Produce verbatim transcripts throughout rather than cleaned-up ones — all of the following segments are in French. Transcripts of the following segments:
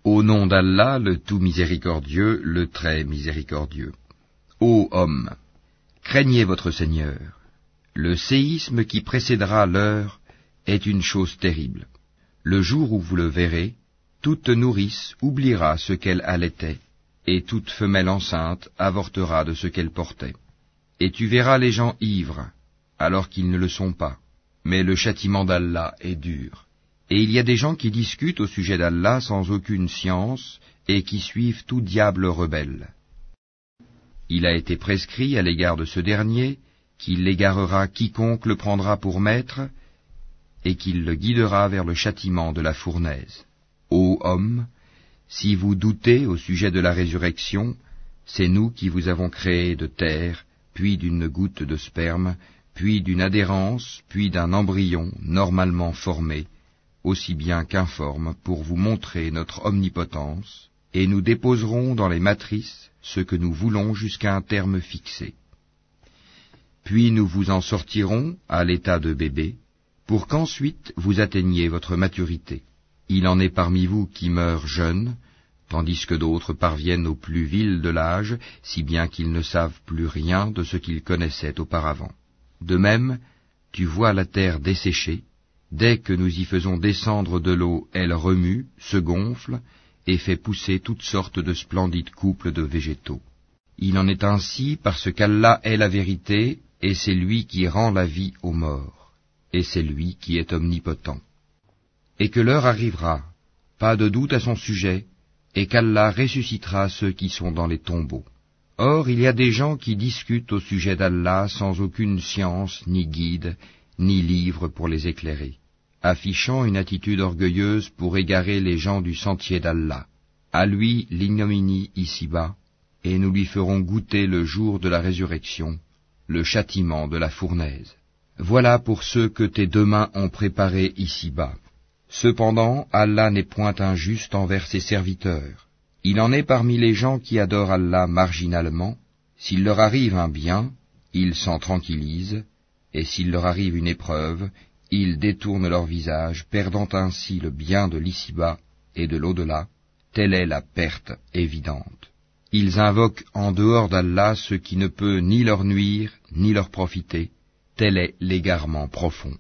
Au nom d'Allah, le tout miséricordieux, le très miséricordieux. Ô hommes, craignez votre Seigneur. Le séisme qui précédera l'heure est une chose terrible. Le jour où vous le verrez, toute nourrice oubliera ce qu'elle allaitait, et toute femelle enceinte avortera de ce qu'elle portait. Et tu verras les gens ivres, alors qu'ils ne le sont pas. Mais le châtiment d'Allah est dur. Et il y a des gens qui discutent au sujet d'Allah sans aucune science, et qui suivent tout diable rebelle. Il a été prescrit à l'égard de ce dernier, qu'il égarera quiconque le prendra pour maître, et qu'il le guidera vers le châtiment de la fournaise. Ô hommes, si vous doutez au sujet de la résurrection, c'est nous qui vous avons créé de terre, puis d'une goutte de sperme, puis d'une adhérence, puis d'un embryon normalement formé, aussi bien qu'informe, pour vous montrer notre omnipotence, et nous déposerons dans les matrices ce que nous voulons jusqu'à un terme fixé. Puis nous vous en sortirons à l'état de bébé, pour qu'ensuite vous atteigniez votre maturité. Il en est parmi vous qui meurent jeunes, tandis que d'autres parviennent au plus vil de l'âge, si bien qu'ils ne savent plus rien de ce qu'ils connaissaient auparavant. De même, tu vois la terre desséchée. Dès que nous y faisons descendre de l'eau, elle remue, se gonfle, et fait pousser toutes sortes de splendides couples de végétaux. Il en est ainsi parce qu'Allah est la vérité, et c'est lui qui rend la vie aux morts, et c'est lui qui est omnipotent. Et que l'heure arrivera, pas de doute à son sujet, et qu'Allah ressuscitera ceux qui sont dans les tombeaux. Or, il y a des gens qui discutent au sujet d'Allah sans aucune science, ni guide, ni livre pour les éclairer, affichant une attitude orgueilleuse pour égarer les gens du sentier d'Allah. À lui l'ignominie ici-bas, et nous lui ferons goûter le jour de la résurrection, le châtiment de la fournaise. Voilà pour ceux que tes deux mains ont préparés ici-bas. Cependant, Allah n'est point injuste envers ses serviteurs. Il en est parmi les gens qui adorent Allah marginalement. S'il leur arrive un bien, ils s'en tranquillisent, et s'il leur arrive une épreuve, ils détournent leur visage, perdant ainsi le bien de l'ici-bas et de l'au-delà. Telle est la perte évidente. Ils invoquent en dehors d'Allah ce qui ne peut ni leur nuire, ni leur profiter. Tel est l'égarement profond.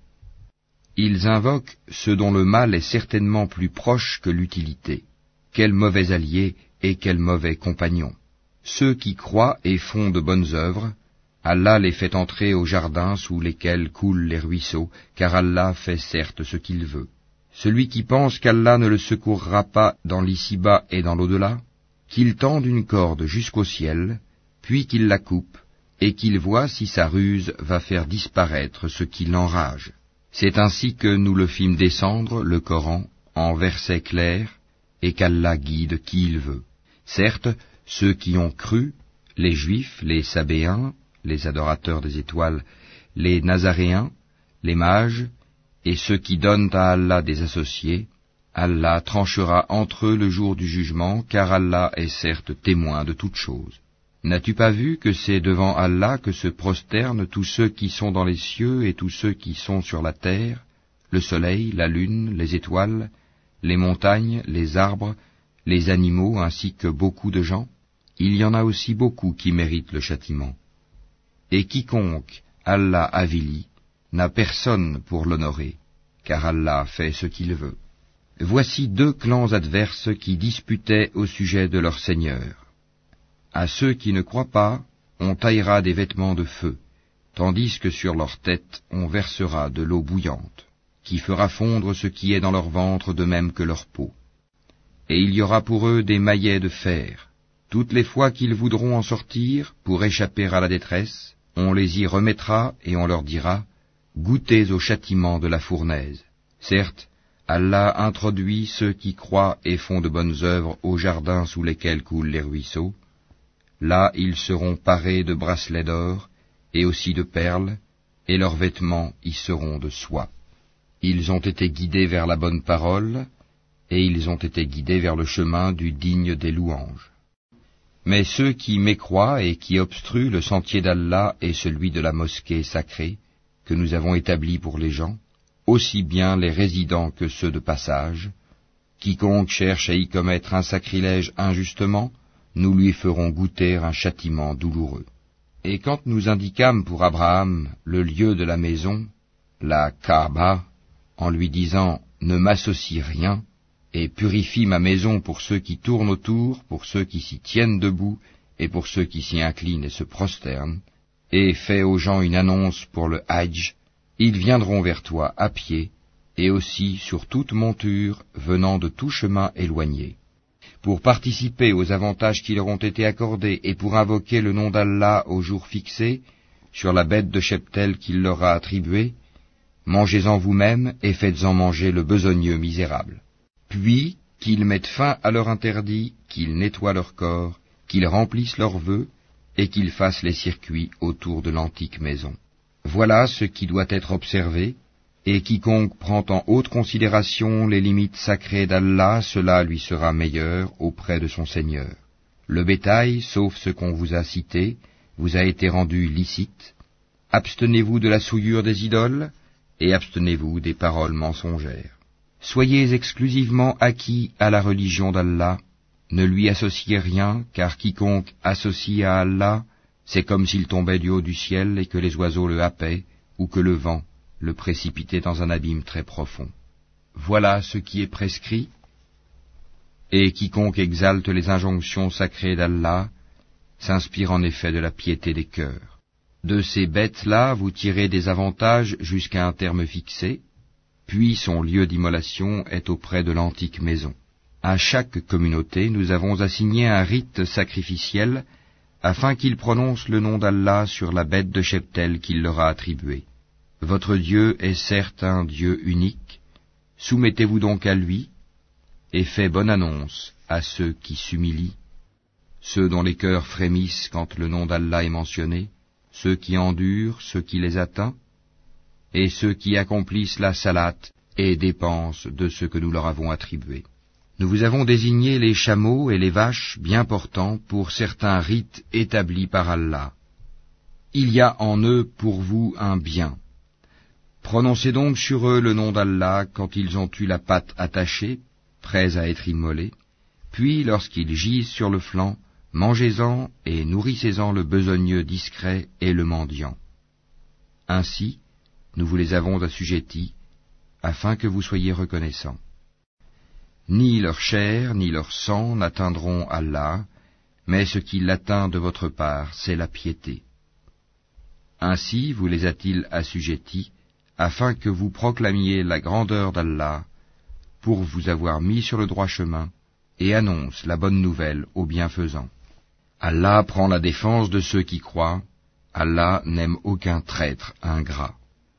Ils invoquent ce dont le mal est certainement plus proche que l'utilité. Quel mauvais allié et quel mauvais compagnon. Ceux qui croient et font de bonnes œuvres, Allah les fait entrer aux jardins sous lesquels coulent les ruisseaux, car Allah fait certes ce qu'il veut. Celui qui pense qu'Allah ne le secourra pas dans l'ici-bas et dans l'au-delà, qu'il tende une corde jusqu'au ciel, puis qu'il la coupe, et qu'il voit si sa ruse va faire disparaître ce qui l'enrage. C'est ainsi que nous le fîmes descendre, le Coran, en versets clairs, et qu'Allah guide qui il veut. Certes, ceux qui ont cru, les Juifs, les Sabéens, les adorateurs des étoiles, les Nazaréens, les mages, et ceux qui donnent à Allah des associés, Allah tranchera entre eux le jour du jugement, car Allah est certes témoin de toutes choses. N'as-tu pas vu que c'est devant Allah que se prosternent tous ceux qui sont dans les cieux et tous ceux qui sont sur la terre, le soleil, la lune, les étoiles, les montagnes, les arbres, les animaux, ainsi que beaucoup de gens? Il y en a aussi beaucoup qui méritent le châtiment. Et quiconque Allah avilit n'a personne pour l'honorer, car Allah fait ce qu'il veut. Voici deux clans adverses qui disputaient au sujet de leur Seigneur. À ceux qui ne croient pas, on taillera des vêtements de feu, tandis que sur leur tête on versera de l'eau bouillante, qui fera fondre ce qui est dans leur ventre de même que leur peau. Et il y aura pour eux des maillets de fer. Toutes les fois qu'ils voudront en sortir, pour échapper à la détresse, on les y remettra et on leur dira, « Goûtez au châtiment de la fournaise. » Certes, Allah introduit ceux qui croient et font de bonnes œuvres aux jardins sous lesquels coulent les ruisseaux. Là ils seront parés de bracelets d'or, et aussi de perles, et leurs vêtements y seront de soie. Ils ont été guidés vers la bonne parole, et ils ont été guidés vers le chemin du digne des louanges. Mais ceux qui mécroient et qui obstruent le sentier d'Allah et celui de la mosquée sacrée, que nous avons établi pour les gens, aussi bien les résidents que ceux de passage, Quiconque cherche à y commettre un sacrilège injustement, nous lui ferons goûter un châtiment douloureux. Et quand nous indiquâmes pour Abraham le lieu de la maison, la Kaaba, en lui disant « Ne m'associe rien » et purifie ma maison pour ceux qui tournent autour, pour ceux qui s'y tiennent debout et pour ceux qui s'y inclinent et se prosternent, et fais aux gens une annonce pour le Hajj, ils viendront vers toi à pied, et aussi sur toute monture venant de tout chemin éloigné, pour participer aux avantages qui leur ont été accordés et pour invoquer le nom d'Allah au jour fixé, sur la bête de cheptel qu'il leur a attribuée. Mangez-en vous-même et faites-en manger le besogneux misérable. Puis qu'ils mettent fin à leur interdit, qu'ils nettoient leur corps, qu'ils remplissent leurs vœux, et qu'ils fassent les circuits autour de l'antique maison. Voilà ce qui doit être observé, et quiconque prend en haute considération les limites sacrées d'Allah, cela lui sera meilleur auprès de son Seigneur. Le bétail, sauf ce qu'on vous a cité, vous a été rendu licite. Abstenez-vous de la souillure des idoles, et abstenez-vous des paroles mensongères. Soyez exclusivement acquis à la religion d'Allah, ne lui associez rien, car quiconque associe à Allah, c'est comme s'il tombait du haut du ciel et que les oiseaux le happaient, ou que le vent le précipitait dans un abîme très profond. Voilà ce qui est prescrit, et quiconque exalte les injonctions sacrées d'Allah, s'inspire en effet de la piété des cœurs. De ces bêtes-là, vous tirez des avantages jusqu'à un terme fixé, puis son lieu d'immolation est auprès de l'antique maison. À chaque communauté, nous avons assigné un rite sacrificiel, afin qu'il prononce le nom d'Allah sur la bête de cheptel qu'il leur a attribuée. Votre Dieu est certes un Dieu unique, soumettez-vous donc à lui, et faites bonne annonce à ceux qui s'humilient, ceux dont les cœurs frémissent quand le nom d'Allah est mentionné, ceux qui endurent, ceux qui les atteignent, et ceux qui accomplissent la salate et dépensent de ce que nous leur avons attribué. Nous vous avons désigné les chameaux et les vaches bien portants pour certains rites établis par Allah. Il y a en eux pour vous un bien. Prononcez donc sur eux le nom d'Allah quand ils ont eu la patte attachée, prêts à être immolés, puis lorsqu'ils gisent sur le flanc, mangez-en et nourrissez-en le besogneux discret et le mendiant. Ainsi, nous vous les avons assujettis, afin que vous soyez reconnaissants. Ni leur chair, ni leur sang n'atteindront Allah, mais ce qui l'atteint de votre part, c'est la piété. Ainsi vous les a-t-il assujettis, afin que vous proclamiez la grandeur d'Allah, pour vous avoir mis sur le droit chemin, et annonce la bonne nouvelle aux bienfaisants. Allah prend la défense de ceux qui croient, Allah n'aime aucun traître ingrat.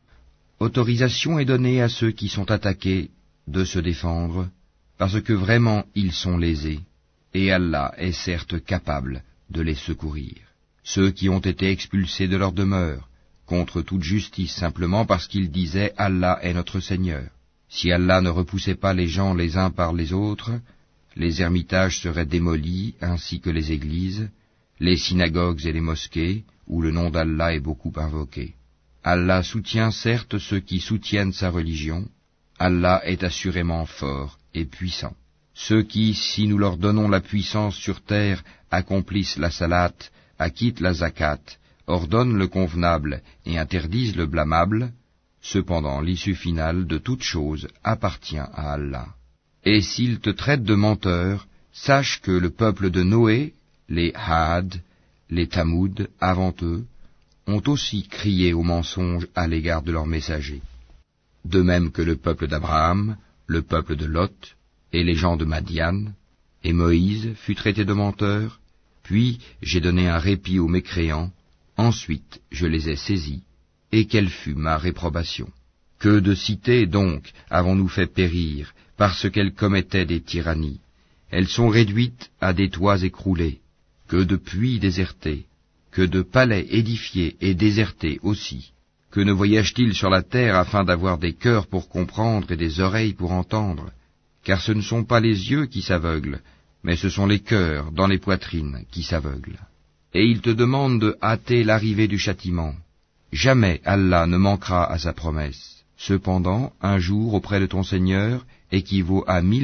Autorisation est donnée à ceux qui sont attaqués de se défendre, parce que vraiment ils sont lésés, et Allah est certes capable de les secourir. Ceux qui ont été expulsés de leur demeure, contre toute justice simplement parce qu'ils disaient « Allah est notre Seigneur ». Si Allah ne repoussait pas les gens les uns par les autres, les ermitages seraient démolis ainsi que les églises, les synagogues et les mosquées, où le nom d'Allah est beaucoup invoqué. Allah soutient certes ceux qui soutiennent sa religion, Allah est assurément fort et puissant. Ceux qui, si nous leur donnons la puissance sur terre, accomplissent la salate, acquittent la zakat, ordonnent le convenable et interdisent le blâmable, cependant l'issue finale de toute chose appartient à Allah. Et s'ils te traitent de menteur, sache que le peuple de Noé, les Had, les Tamoud, avant eux, ont aussi crié au mensonge à l'égard de leurs messagers. De même que le peuple d'Abraham, le peuple de Lot, et les gens de Madian, et Moïse fut traité de menteur, puis j'ai donné un répit aux mécréants, ensuite je les ai saisis, et quelle fut ma réprobation. Que de cités donc avons-nous fait périr, parce qu'elles commettaient des tyrannies. Elles sont réduites à des toits écroulés, que de puits désertés, que de palais édifiés et désertés aussi. Que ne voyage-t-il sur la terre afin d'avoir des cœurs pour comprendre et des oreilles pour entendre? Car ce ne sont pas les yeux qui s'aveuglent, mais ce sont les cœurs dans les poitrines qui s'aveuglent. Et il te demande de hâter l'arrivée du châtiment. Jamais Allah ne manquera à sa promesse. Cependant, un jour auprès de ton Seigneur équivaut à mille ans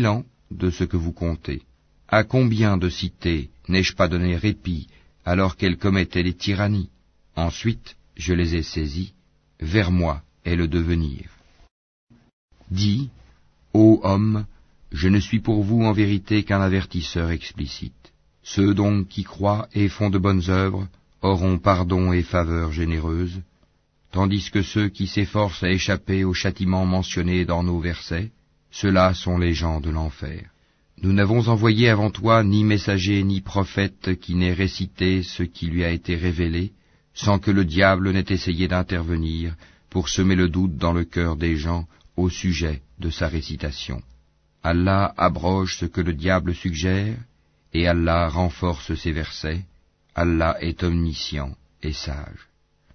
de ce que vous comptez. À combien de cités n'ai-je pas donné répit alors qu'elles commettaient des tyrannies? Ensuite, je les ai saisies. Vers moi est le devenir. Dis, ô homme, je ne suis pour vous en vérité qu'un avertisseur explicite. Ceux donc qui croient et font de bonnes œuvres auront pardon et faveur généreuse, tandis que ceux qui s'efforcent à échapper au châtiment mentionné dans nos versets, ceux-là sont les gens de l'enfer. Nous n'avons envoyé avant toi ni messager ni prophète qui n'ait récité ce qui lui a été révélé, sans que le diable n'ait essayé d'intervenir pour semer le doute dans le cœur des gens au sujet de sa récitation. Allah abroge ce que le diable suggère, et Allah renforce ses versets. Allah est omniscient et sage.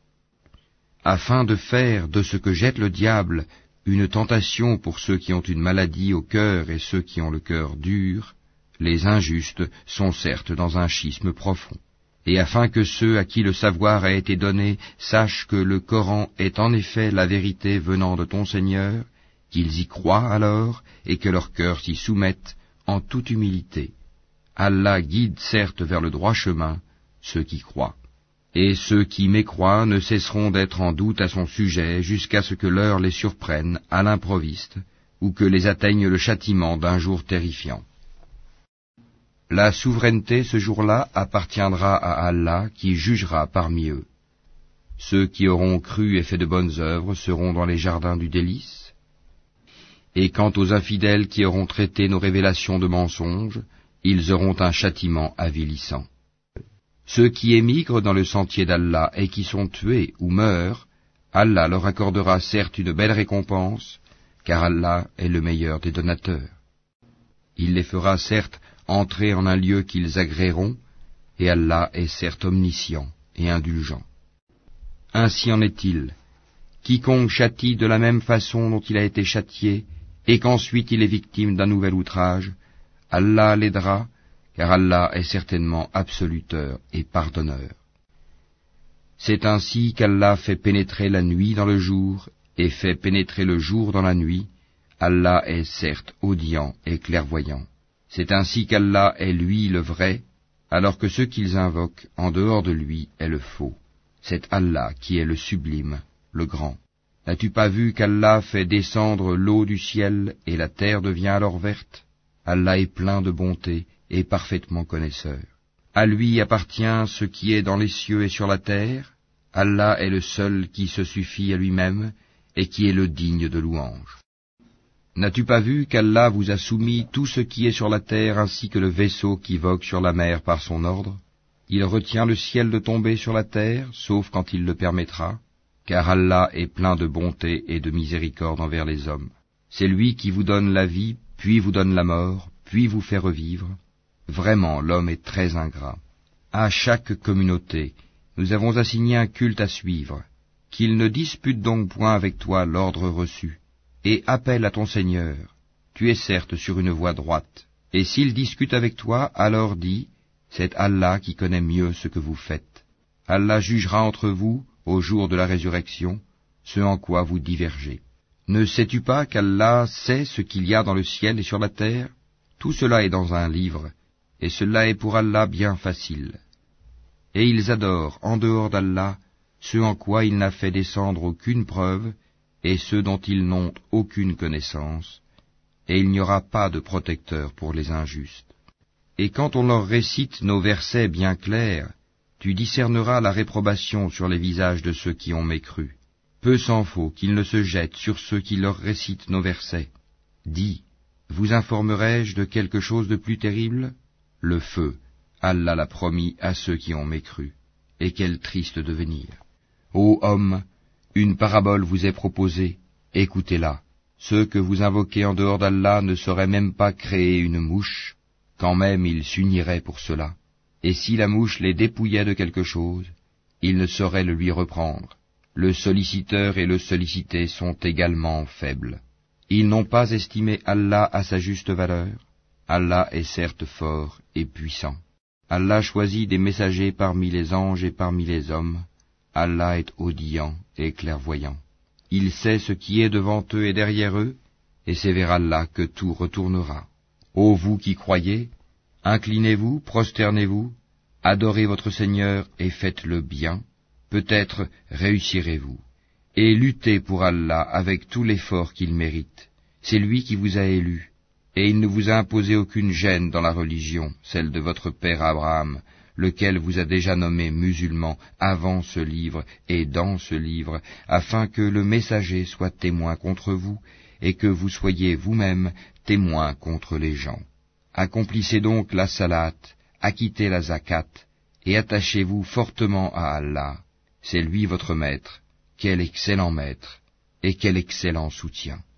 Afin de faire de ce que jette le diable une tentation pour ceux qui ont une maladie au cœur et ceux qui ont le cœur dur, les injustes sont certes dans un schisme profond. Et afin que ceux à qui le savoir a été donné sachent que le Coran est en effet la vérité venant de ton Seigneur, qu'ils y croient alors et que leur cœur s'y soumette en toute humilité. Allah guide certes vers le droit chemin ceux qui croient. Et ceux qui mécroient ne cesseront d'être en doute à son sujet jusqu'à ce que l'heure les surprenne à l'improviste, ou que les atteigne le châtiment d'un jour terrifiant. La souveraineté ce jour-là appartiendra à Allah qui jugera parmi eux. Ceux qui auront cru et fait de bonnes œuvres seront dans les jardins du délice. Et quant aux infidèles qui auront traité nos révélations de mensonges, ils auront un châtiment avilissant. Ceux qui émigrent dans le sentier d'Allah et qui sont tués ou meurent, Allah leur accordera certes une belle récompense, car Allah est le meilleur des donateurs. Il les fera certes entrer en un lieu qu'ils agréeront, et Allah est certes omniscient et indulgent. Ainsi en est-il. Quiconque châtie de la même façon dont il a été châtié, et qu'ensuite il est victime d'un nouvel outrage, Allah l'aidera, car Allah est certainement absoluteur et pardonneur. C'est ainsi qu'Allah fait pénétrer la nuit dans le jour, et fait pénétrer le jour dans la nuit. Allah est certes audient et clairvoyant. C'est ainsi qu'Allah est lui le vrai, alors que ceux qu'ils invoquent en dehors de lui est le faux. C'est Allah qui est le sublime, le grand. N'as-tu pas vu qu'Allah fait descendre l'eau du ciel et la terre devient alors verte? Allah est plein de bonté et parfaitement connaisseur. À lui appartient ce qui est dans les cieux et sur la terre. Allah est le seul qui se suffit à lui-même et qui est le digne de louange. N'as-tu pas vu qu'Allah vous a soumis tout ce qui est sur la terre ainsi que le vaisseau qui vogue sur la mer par son ordre? Il retient le ciel de tomber sur la terre, sauf quand il le permettra, car Allah est plein de bonté et de miséricorde envers les hommes. C'est lui qui vous donne la vie, puis vous donne la mort, puis vous fait revivre. Vraiment, l'homme est très ingrat. À chaque communauté, nous avons assigné un culte à suivre. Qu'il ne dispute donc point avec toi l'ordre reçu. Et appelle à ton Seigneur. Tu es certes sur une voie droite. Et s'il discute avec toi, alors dis, c'est Allah qui connaît mieux ce que vous faites. Allah jugera entre vous, au jour de la résurrection, ce en quoi vous divergez. Ne sais-tu pas qu'Allah sait ce qu'il y a dans le ciel et sur la terre? Tout cela est dans un livre, et cela est pour Allah bien facile. Et ils adorent, en dehors d'Allah, ce en quoi il n'a fait descendre aucune preuve, et ceux dont ils n'ont aucune connaissance, et il n'y aura pas de protecteur pour les injustes. Et quand on leur récite nos versets bien clairs, tu discerneras la réprobation sur les visages de ceux qui ont mécru. Peu s'en faut qu'ils ne se jettent sur ceux qui leur récitent nos versets. Dis, vous informerai-je de quelque chose de plus terrible? Le feu, Allah l'a promis à ceux qui ont mécru. Et quel triste devenir! Ô homme, une parabole vous est proposée, écoutez-la. Ceux que vous invoquez en dehors d'Allah ne sauraient même pas créer une mouche, quand même ils s'uniraient pour cela. Et si la mouche les dépouillait de quelque chose, ils ne sauraient le lui reprendre. Le solliciteur et le sollicité sont également faibles. Ils n'ont pas estimé Allah à sa juste valeur. Allah est certes fort et puissant. Allah choisit des messagers parmi les anges et parmi les hommes. Allah est audient et clairvoyant. Il sait ce qui est devant eux et derrière eux, et c'est vers Allah que tout retournera. Ô vous qui croyez, inclinez-vous, prosternez-vous, adorez votre Seigneur et faites le bien, peut-être réussirez-vous. Et luttez pour Allah avec tout l'effort qu'il mérite. C'est lui qui vous a élu, et il ne vous a imposé aucune gêne dans la religion, celle de votre père Abraham, lequel vous a déjà nommé musulman avant ce livre et dans ce livre, afin que le messager soit témoin contre vous, et que vous soyez vous-même témoin contre les gens. Accomplissez donc la salat, acquittez la zakat, et attachez-vous fortement à Allah. C'est lui votre maître. Quel excellent maître, et quel excellent soutien.